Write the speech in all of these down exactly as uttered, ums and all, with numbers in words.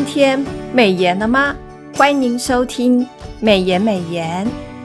天美言了吗？欢迎收听美言美言。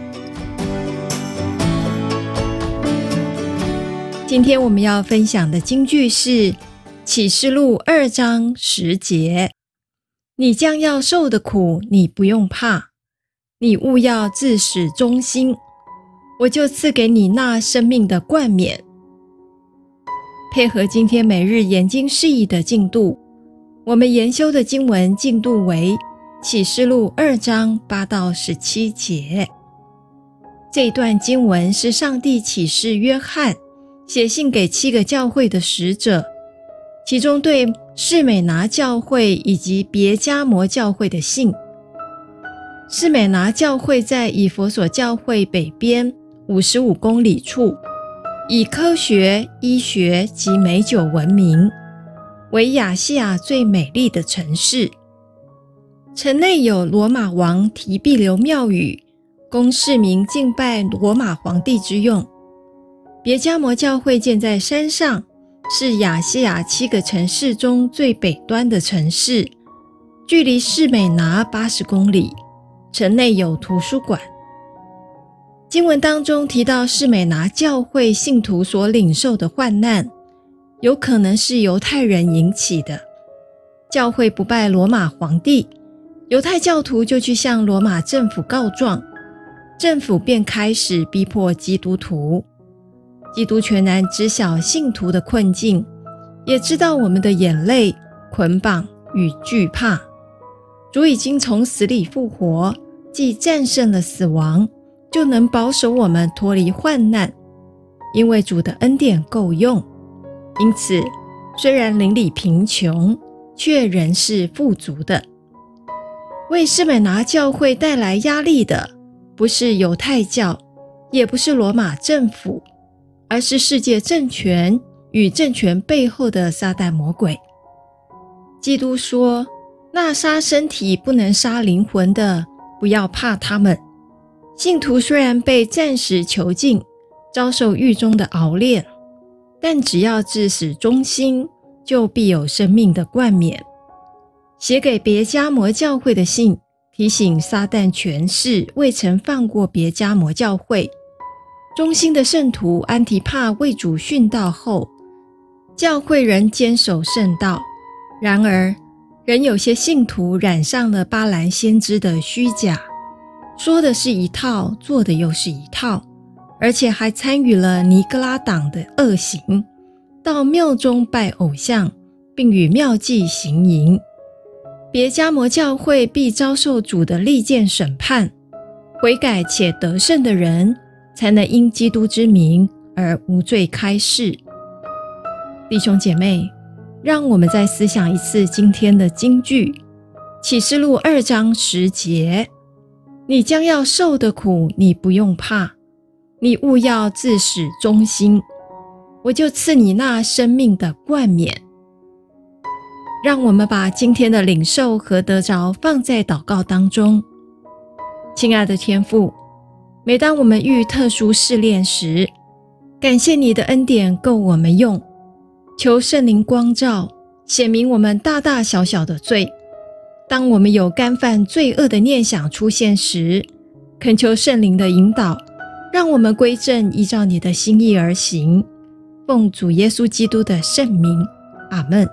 今天我们要分享的金句是启示录二章十节，你将要受的苦，你不用怕，你务要自始忠心，我就赐给你那生命的冠冕。配合今天每日研经释义的进度，我们研修的经文进度为启示录二章八到十七节。这一段经文是上帝启示约翰写信给七个教会的使者，其中对士美拿教会以及别迦摩教会的信。士美拿教会在以弗所教会北边五十五公里处，以科学、医学及美酒闻名，为亚细亚最美丽的城市。城内有罗马王提庇留庙宇，供市民敬拜罗马皇帝之用。别迦摩教会建在山上，是亚细亚七个城市中最北端的城市，距离士美拿八十公里。城内有图书馆。经文当中提到士美拿教会信徒所领受的患难，有可能是犹太人引起的。教会不拜罗马皇帝，犹太教徒就去向罗马政府告状，政府便开始逼迫基督徒。基督全然知晓信徒的困境，也知道我们的眼泪、捆绑与惧怕。主已经从死里复活，既战胜了死亡，就能保守我们脱离患难，因为主的恩典够用。因此，虽然邻里贫穷，却仍是富足的。为士美拿教会带来压力的，不是犹太教，也不是罗马政府，而是世界政权与政权背后的撒旦魔鬼。基督说，那杀身体不能杀灵魂的，不要怕他们。信徒虽然被暂时囚禁，遭受狱中的熬炼，但只要至死忠心，就必有生命的冠冕。写给别迦摩教会的信，提醒撒旦权势未曾放过别迦摩教会。忠心的圣徒安提帕为主殉道后，教会仍坚守圣道。然而仍有些信徒染上了巴兰先知的虚假，说的是一套，做的又是一套，而且还参与了尼格拉党的恶行，到庙中拜偶像，并与庙妓行淫。别迦摩教会必遭受主的利剑审判，悔改且得胜的人，才能因基督之名而无罪开释。弟兄姐妹，让我们再思想一次今天的金句，启示录二章十节，你将要受的苦，你不用怕，你务要自始忠心，我就赐你那生命的冠冕。让我们把今天的领受和得着放在祷告当中。亲爱的天父，每当我们遇特殊试炼时，感谢你的恩典够我们用，求圣灵光照，显明我们大大小小的罪。当我们有干犯罪恶的念想出现时，恳求圣灵的引导，让我们归正，依照你的心意而行。奉主耶稣基督的圣名，阿们。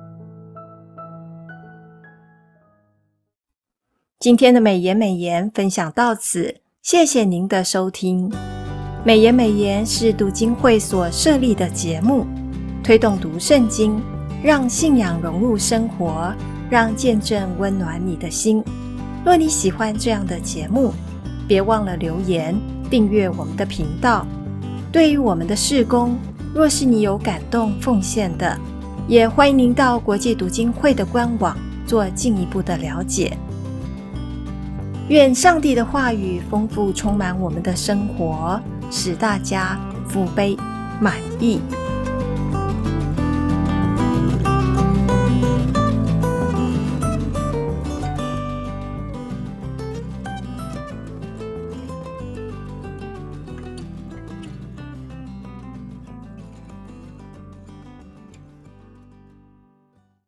今天的美言美言分享到此，谢谢您的收听。美言美言是读经会所设立的节目，推动读圣经，让信仰融入生活，让见证温暖你的心。若你喜欢这样的节目，别忘了留言订阅我们的频道。对于我们的事工，若是你有感动奉献的，也欢迎您到国际读经会的官网做进一步的了解。愿上帝的话语丰富充满我们的生活，使大家福杯满溢。